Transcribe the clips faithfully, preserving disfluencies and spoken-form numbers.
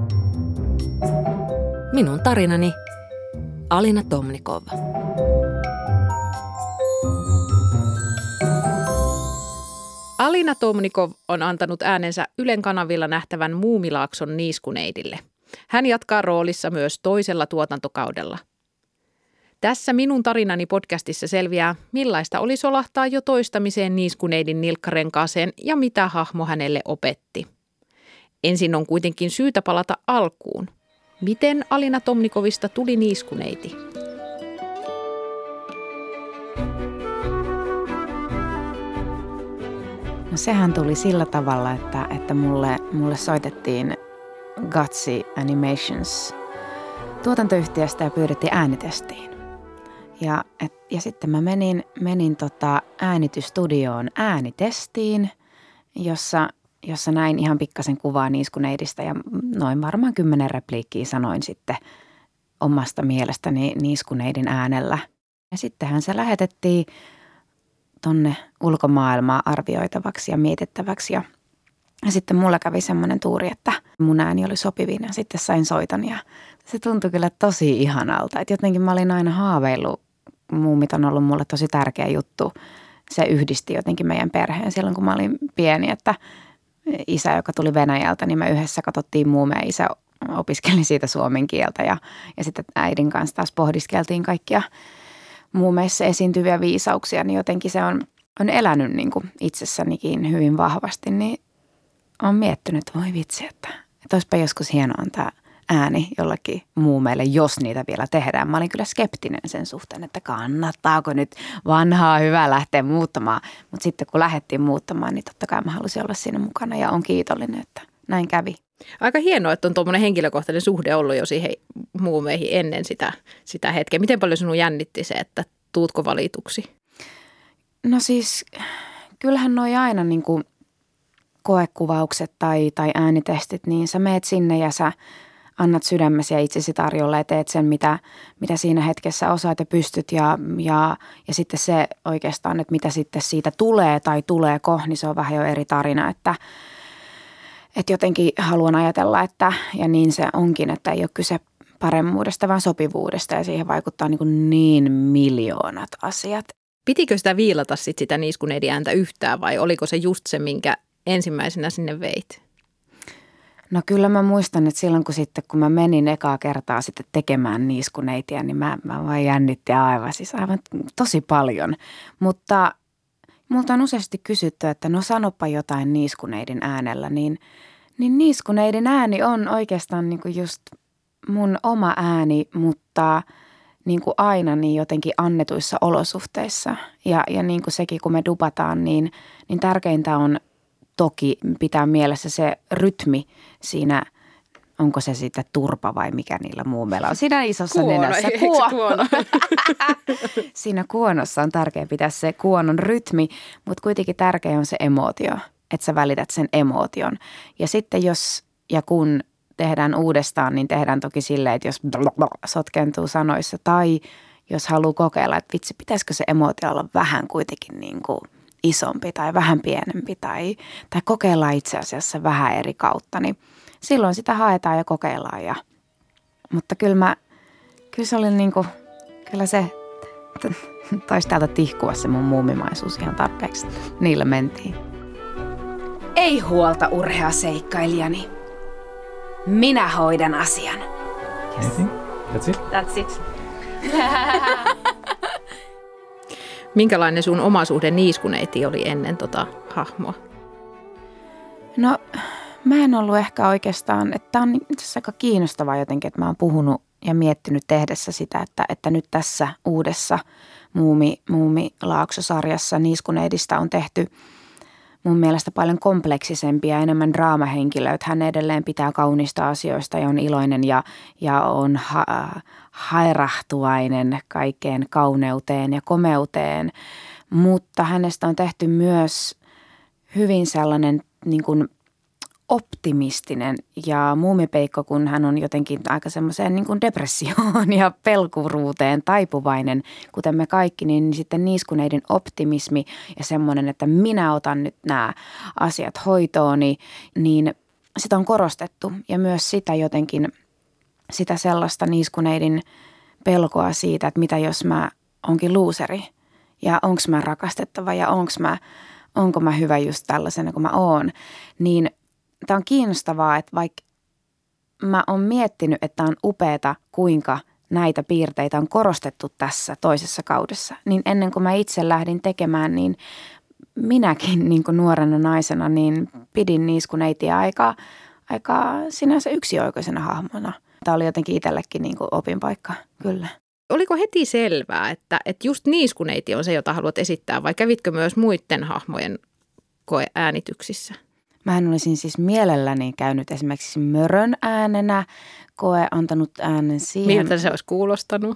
Minun tarinani Alina Tomnikov. Alina Tomnikov on antanut äänensä Ylen kanavilla nähtävän Muumilaakson niiskuneidille. Hän jatkaa roolissa myös toisella tuotantokaudella. Tässä Minun tarinani podcastissa selviää, millaista oli solahtaa jo toistamiseen niiskuneidin nilkkarenkaaseen ja mitä hahmo hänelle opetti. Ensin on kuitenkin syytä palata alkuun. Miten Alina Tomnikovista tuli niiskuneiti? No sehän tuli sillä tavalla, että, että mulle, mulle soitettiin Gutsy Animations tuotantoyhtiöstä ja pyydettiin äänitestiin. Ja, et, ja sitten mä menin, menin tota äänitysstudioon äänitestiin, jossa, jossa näin ihan pikkasen kuvaa niiskuneidistä ja noin varmaan kymmenen repliikkiä sanoin sitten omasta mielestäni niiskuneidin äänellä. Ja sittenhän se lähetettiin tonne ulkomaailmaa arvioitavaksi ja mietittäväksi ja Ja sitten mulla kävi semmoinen tuuri, että mun ääni oli sopivin ja sitten sain soiton ja se tuntui kyllä tosi ihanalta. Että jotenkin mä olin aina haaveillut, muumit on ollut mulle tosi tärkeä juttu. Se yhdisti jotenkin meidän perheen silloin, kun mä olin pieni, että isä, joka tuli Venäjältä, niin me yhdessä katsottiin muumeja. Isä opiskeli siitä suomen kieltä ja, ja sitten äidin kanssa taas pohdiskeltiin kaikkia muumeissa esiintyviä viisauksia. Niin jotenkin se on, on elänyt niin kuin itsessänikin hyvin vahvasti, niin olen miettinyt, että voi vitsi, että, että olisipa joskus hieno antaa ääni jollakin muumeille, jos niitä vielä tehdään. Mä olin kyllä skeptinen sen suhteen, että kannattaako nyt vanhaa hyvää lähteä muuttamaan. Mutta sitten kun lähdettiin muuttamaan, niin totta kai mä halusin olla siinä mukana ja olen kiitollinen, että näin kävi. Aika hienoa, että on tuommoinen henkilökohtainen suhde ollut jo siihen muumeihin ennen sitä, sitä hetkeä. Miten paljon sinun jännitti se, että tuutko valituksi? No siis kyllähän noi aina niin kuin koekuvaukset tai, tai äänitestit, niin sä meet sinne ja sä annat sydämesi ja itsesi tarjolle ja teet sen, mitä, mitä siinä hetkessä osaat ja pystyt. Ja, ja, ja sitten se oikeastaan, että mitä sitten siitä tulee tai tuleeko, niin se on vähän jo eri tarina. Että, että jotenkin haluan ajatella, että ja niin se onkin, että ei ole kyse paremmuudesta, vaan sopivuudesta ja siihen vaikuttaa niin, kuin niin miljoonat asiat. Pitikö sitä viilata sit sitä niiskuneidin ääntä yhtään vai oliko se just se, minkä ensimmäisenä sinne veit? No kyllä mä muistan, että silloin kun sitten kun mä menin ekaa kertaa sitten tekemään niiskuneitia, niin mä, mä vaan jännitti aivan, siis aivan tosi paljon. Mutta multa on useasti kysytty, että no sanopa jotain niiskuneidin äänellä, niin, niin niiskuneidin ääni on oikeastaan niin kuin just mun oma ääni, mutta niin kuin aina niin jotenkin annetuissa olosuhteissa. Ja, ja niin kuin sekin, kun me dubataan, niin, niin tärkeintä on toki pitää mielessä se rytmi siinä, onko se sitten turpa vai mikä niillä muumeilla on. Siinä isossa kuono, nenässä kuono. kuono. Siinä kuonossa on tärkeää pitää se kuonon rytmi, mutta kuitenkin tärkeä on se emootio, että sä välität sen emootion. Ja sitten jos ja kun tehdään uudestaan, niin tehdään toki silleen, että jos sotkentuu sanoissa tai jos haluaa kokeilla, että vitsi, pitäisikö se emootio olla vähän kuitenkin niin kuin isompi tai vähän pienempi tai, tai kokeillaan itse asiassa vähän eri kautta, niin silloin sitä haetaan ja kokeillaan. Ja, mutta kyllä, mä, kyllä se oli niin kuin, kyllä se taisi täältä tihkua se mun muumimaisuus ihan tarpeeksi. Niillä mentiin. Ei huolta urhea seikkailijani. Minä hoidan asian. Yes. Anything? That's it? That's it. Minkälainen sun oma suhde niiskuneiti oli ennen tota hahmoa? No mä en ollut ehkä oikeastaan, että tämä on itse asiassa aika kiinnostavaa jotenkin, että mä oon puhunut ja miettinyt tehdessä sitä, että, että nyt tässä uudessa Muumi, Muumilaakso-sarjassa niiskuneidistä on tehty mun mielestä paljon kompleksisempia ja enemmän draamahenkilöitä. Hän edelleen pitää kaunista asioista ja on iloinen ja, ja on ha, hairahtuvainen kaikkeen kauneuteen ja komeuteen. Mutta hänestä on tehty myös hyvin sellainen niin kuin optimistinen ja Muumipeikko, kun hän on jotenkin aika semmoiseen niin kuin depressioon ja pelkuruuteen taipuvainen, kuten me kaikki, niin sitten niiskuneidin optimismi ja semmoinen, että minä otan nyt nämä asiat hoitooni, niin sitä on korostettu ja myös sitä jotenkin, sitä sellaista niiskuneidin pelkoa siitä, että mitä jos mä onkin luuseri ja onko mä rakastettava ja onko mä, onko mä hyvä just tällaisena kuin mä oon. Niin tämä on kiinnostavaa, että vaikka mä oon miettinyt, että on upeata, kuinka näitä piirteitä on korostettu tässä toisessa kaudessa, niin ennen kuin mä itse lähdin tekemään, niin minäkin niin kuin nuorena naisena niin pidin niiskuneitiä aika, aika sinänsä yksioikoisena hahmona. Tämä oli jotenkin itsellekin niin kuin opinpaikka, kyllä. Oliko heti selvää, että, että just niiskuneiti on se, jota haluat esittää, vai kävitkö myös muiden hahmojen koeäänityksissä? Mähän olisin siis mielelläni käynyt esimerkiksi Mörön äänenä, koe antanut äänen siihen. Miltä se olisi kuulostanut?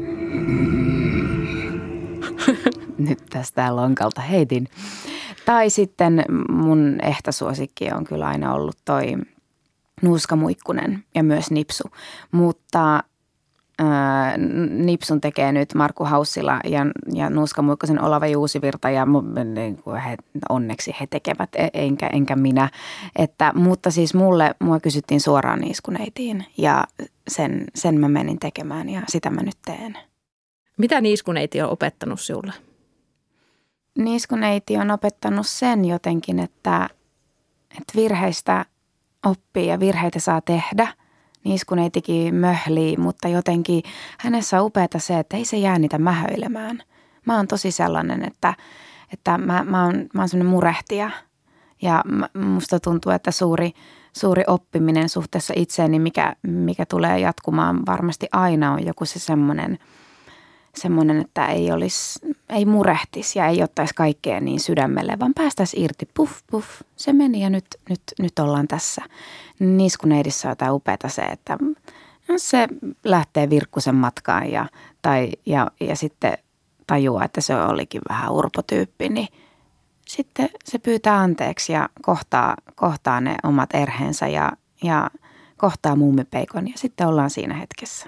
Nyt tästä lonkalta heitin. Tai sitten mun ehtasuosikki on kyllä aina ollut toi Nuuska Muikkunen ja myös Nipsu, mutta ää, Nipsun tekee nyt Markku Haussila ja, ja Nuuska Muikkusen Olava Juusivirta ja niin he, onneksi he tekevät, enkä, enkä minä. Että, mutta siis mulle, mua kysyttiin suoraan niiskuneitiin ja sen, sen mä menin tekemään ja sitä mä nyt teen. Mitä niiskuneiti on opettanut sinulle? Niiskuneiti on opettanut sen jotenkin, että, että virheistä oppii ja virheitä saa tehdä. Niiskuneitikin möhlii, mutta jotenkin hänessä on upeata se, että ei se jää niitä mähöilemään. Mä oon tosi sellainen, että, että mä, mä oon, mä oon sellainen murehtija ja musta tuntuu, että suuri, suuri oppiminen suhteessa itseeni, mikä, mikä tulee jatkumaan varmasti aina on joku se semmoinen, semmoinen, että ei olisi, ei murehtisi ja ei ottaisi kaikkea niin sydämelle, vaan päästäisiin irti. Puff, puff, se meni ja nyt, nyt, nyt ollaan tässä. Niiskuneidissä on jotain upeata se, että se lähtee virkkusen matkaan ja, tai, ja, ja sitten tajuaa, että se olikin vähän urpotyyppi, niin sitten se pyytää anteeksi ja kohtaa, kohtaa ne omat erheensä ja, ja kohtaa muumipeikon ja sitten ollaan siinä hetkessä.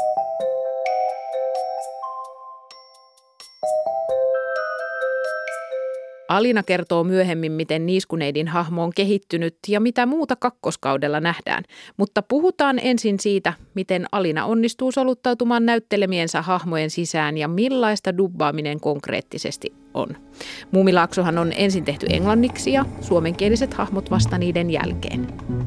Alina kertoo myöhemmin, miten niiskuneidin hahmo on kehittynyt ja mitä muuta kakkoskaudella nähdään. Mutta puhutaan ensin siitä, miten Alina onnistuu soluttautumaan näyttelemiensä hahmojen sisään ja millaista dubbaaminen konkreettisesti on. Muumilaaksohan on ensin tehty englanniksi ja suomenkieliset hahmot vasta niiden jälkeen.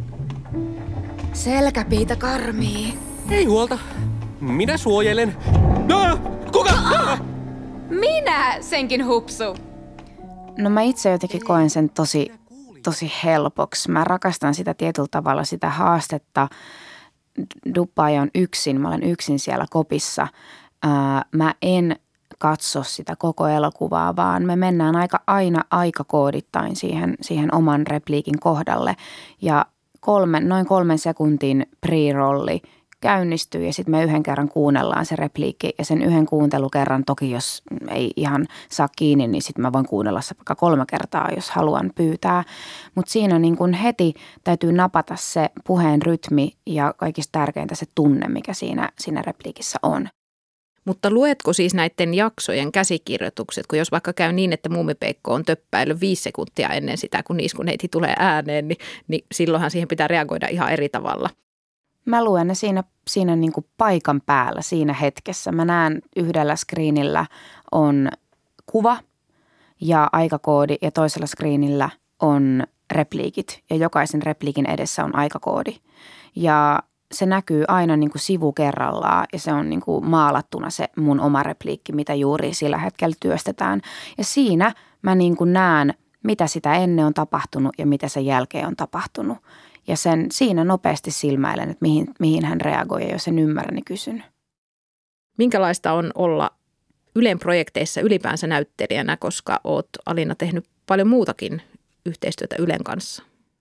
Selkäpiitä karmii. Ei huolta. Minä suojelen. Ah! Kuka? Ah! Minä senkin hupsu. No mä itse jotenkin koen sen tosi, tosi helpoksi. Mä rakastan sitä tietyllä tavalla, sitä haastetta. Dubbaaja on yksin, mä olen yksin siellä kopissa. Ää, mä en katso sitä koko elokuvaa, vaan me mennään aika aina aikakoodittain siihen, siihen oman repliikin kohdalle. Ja kolme, noin kolmen sekuntin pre-rolli käynnistyy ja sitten me yhden kerran kuunnellaan se repliikki ja sen yhden kuuntelukerran toki, jos ei ihan saa kiinni, niin sitten mä voin kuunnella se vaikka kolme kertaa, jos haluan pyytää. Mutta siinä niin kun heti täytyy napata se puheen rytmi ja kaikista tärkeintä se tunne, mikä siinä, siinä repliikissä on. Mutta luetko siis näiden jaksojen käsikirjoitukset, kun jos vaikka käy niin, että Muumipeikko on töppäillyt viisi sekuntia ennen sitä, kun niiskuneiti tulee ääneen, niin, niin silloinhan siihen pitää reagoida ihan eri tavalla. Mä luen ne siinä, siinä niin kuin paikan päällä, siinä hetkessä. Mä näen yhdellä screenillä on kuva ja aikakoodi ja toisella screenillä on repliikit ja jokaisen repliikin edessä on aikakoodi. Ja se näkyy aina niin kuin sivu kerrallaan ja se on niin kuin maalattuna se mun oma repliikki, mitä juuri sillä hetkellä työstetään. Ja siinä mä niin kuin näen, mitä sitä ennen on tapahtunut ja mitä sen jälkeen on tapahtunut. Ja sen siinä nopeasti silmäilen, että mihin, mihin hän reagoi ja jos en ymmärrä, niin kysyn. Minkälaista on olla Ylen projekteissa ylipäänsä näyttelijänä, koska oot Alina tehnyt paljon muutakin yhteistyötä Ylen kanssa?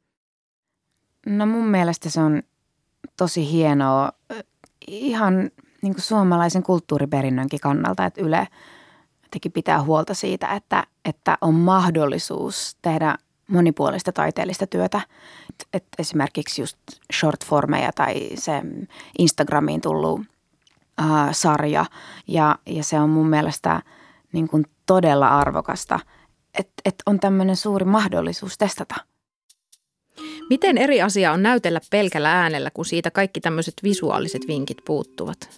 No mun mielestä se on tosi hienoa ihan niin kuin suomalaisen kulttuuriperinnönkin kannalta, että Yle jotenkin pitää huolta siitä, että, että on mahdollisuus tehdä monipuolista taiteellista työtä. Et, et esimerkiksi just shortformeja tai se Instagramiin tullut äh, sarja ja, ja se on mun mielestä niin kuin todella arvokasta, että et on tämmöinen suuri mahdollisuus testata. Miten eri asia on näytellä pelkällä äänellä, kun siitä kaikki tämmöiset visuaaliset vinkit puuttuvat?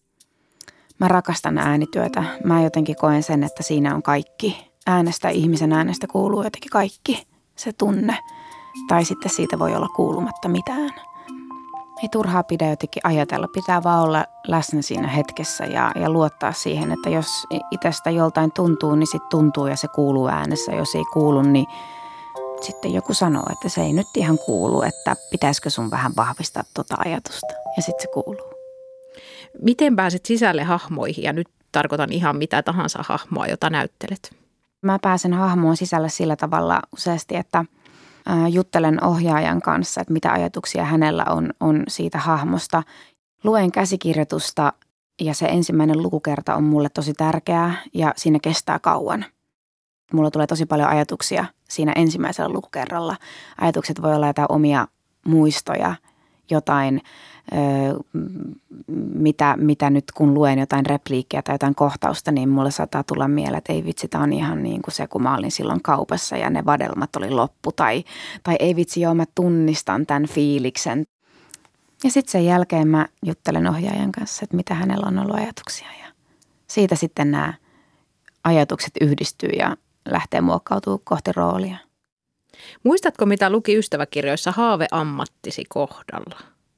Mä rakastan äänityötä. Mä jotenkin koen sen, että siinä on kaikki. Äänestä, ihmisen äänestä kuuluu jotenkin kaikki, se tunne. Tai sitten siitä voi olla kuulumatta mitään. Ei turhaa pidä jotenkin ajatella. Pitää vaan olla läsnä siinä hetkessä ja, ja luottaa siihen, että jos itsestä joltain tuntuu, niin sitten tuntuu ja se kuuluu äänessä. Jos ei kuulu, niin sitten joku sanoo, että se ei nyt ihan kuulu, että pitäisikö sun vähän vahvistaa tota ajatusta. Ja sitten se kuuluu. Miten pääset sisälle hahmoihin? Ja nyt tarkoitan ihan mitä tahansa hahmoa, jota näyttelet. Mä pääsen hahmoon sisälle sillä tavalla useasti, että juttelen ohjaajan kanssa, että mitä ajatuksia hänellä on, on siitä hahmosta. Luen käsikirjoitusta ja se ensimmäinen lukukerta on mulle tosi tärkeää ja siinä kestää kauan. Mulla tulee tosi paljon ajatuksia siinä ensimmäisellä lukukerralla. Ajatukset voi olla jotain omia muistoja, jotain, ö, mitä, mitä nyt kun luen jotain repliikkiä tai jotain kohtausta, niin mulle saattaa tulla mieleen, että ei vitsi, tämä on ihan niin kuin se, kun mä olin silloin kaupassa ja ne vadelmat oli loppu. Tai, tai ei vitsi, joo, mä tunnistan tämän fiiliksen. Ja sitten sen jälkeen mä juttelen ohjaajan kanssa, että mitä hänellä on ollut ajatuksia. Ja siitä sitten nämä ajatukset yhdistyy ja lähtee muokkautumaan kohti roolia. Muistatko, mitä luki ystäväkirjoissa haaveammattisi kohdalla?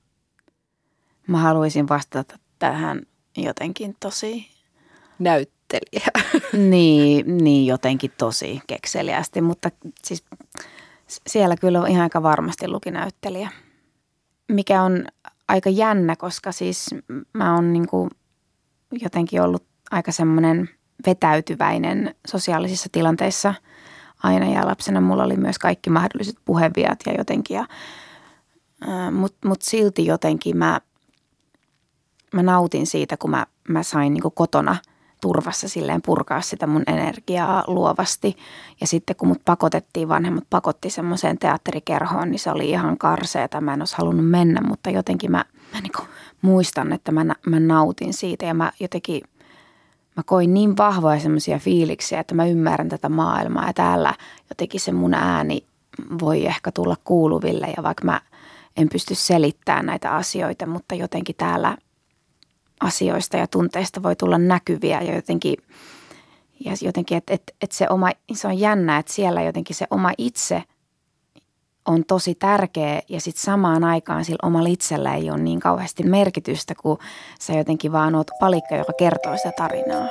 Mä haluaisin vastata tähän jotenkin tosi Näyttelijä. Niin, niin jotenkin tosi kekseliästi, mutta siis siellä kyllä ihan aika varmasti luki näyttelijä. Mikä on aika jännä, koska siis mä oon niin kuin jotenkin ollut aika semmoinen vetäytyväinen sosiaalisissa tilanteissa aina ja lapsena mulla oli myös kaikki mahdolliset puheviat ja jotenkin, ja, mutta mut silti jotenkin mä, mä nautin siitä, kun mä, mä sain niin kuin kotona turvassa silleen purkaa sitä mun energiaa luovasti. Ja sitten kun mut pakotettiin, vanhemmat pakotti semmoiseen teatterikerhoon, niin se oli ihan karseeta. Mä en olisi halunnut mennä, mutta jotenkin mä, mä niin kuin muistan, että mä, mä nautin siitä ja mä jotenkin, mä koin niin vahvoja semmoisia fiiliksiä, että mä ymmärrän tätä maailmaa ja täällä jotenkin se mun ääni voi ehkä tulla kuuluville ja vaikka mä en pysty selittämään näitä asioita, mutta jotenkin täällä asioista ja tunteista voi tulla näkyviä ja jotenkin, ja jotenkin että et, et se, oma, se on jännä, että siellä jotenkin se oma itse on tosi tärkeä ja sitten samaan aikaan sillä omalla itsellä ei ole niin kauheasti merkitystä, kun sä jotenkin vaan oot palikka, joka kertoo sitä tarinaa.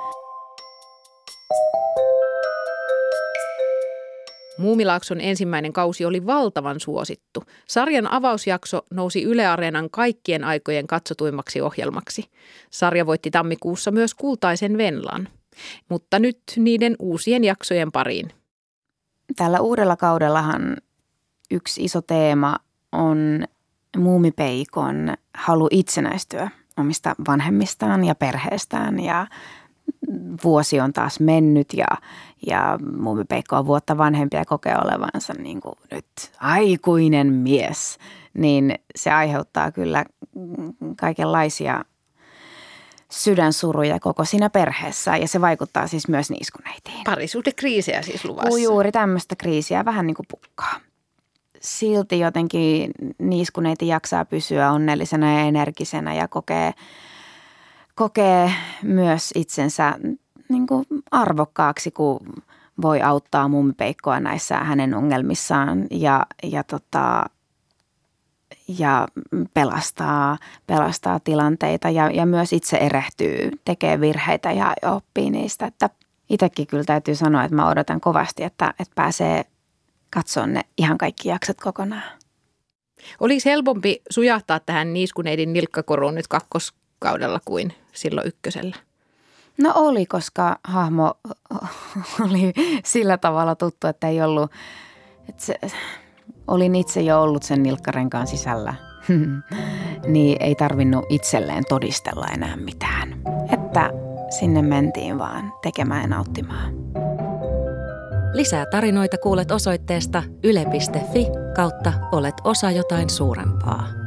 Muumilaakson ensimmäinen kausi oli valtavan suosittu. Sarjan avausjakso nousi Yle Areenan kaikkien aikojen katsotuimmaksi ohjelmaksi. Sarja voitti tammikuussa myös Kultaisen Venlan. Mutta nyt niiden uusien jaksojen pariin. Tällä uudella kaudellahan yksi iso teema on muumipeikon halu itsenäistyä omista vanhemmistaan ja perheestään ja vuosi on taas mennyt ja, ja muumipeikko on vuotta vanhempi ja kokee olevansa niin kuin nyt aikuinen mies. Niin se aiheuttaa kyllä kaikenlaisia sydänsuruja koko siinä perheessä ja se vaikuttaa siis myös niiskuneitiin. Parisuhdekriisejä siis luvassa. Juuri tämmöistä kriisiä vähän niin kuin pukkaa. Silti jotenkin niiskuneiti jaksaa pysyä onnellisena ja energisenä ja kokee kokee myös itsensä niin kuin arvokkaaksi, kun voi auttaa muumipeikkoa näissä hänen ongelmissaan ja, ja, tota, ja pelastaa, pelastaa tilanteita ja, ja myös itse erehtyy, tekee virheitä ja oppii niistä. Että itsekin kyllä täytyy sanoa, että mä odotan kovasti, että, että pääsee katsomaan ne ihan kaikki jaksot kokonaan. Oliko helpompi sujahtaa tähän niiskuneidin nilkkakoruun nyt kakkos kaudella kuin silloin ykkösellä? No oli, koska hahmo oli sillä tavalla tuttu, että ei ollut, että se, olin itse jo ollut sen nilkkarenkaan sisällä, niin ei tarvinnut itselleen todistella enää mitään. Että sinne mentiin vaan tekemään ja nauttimaan. Lisää tarinoita kuulet osoitteesta yle piste fi kautta olet osa jotain suurempaa.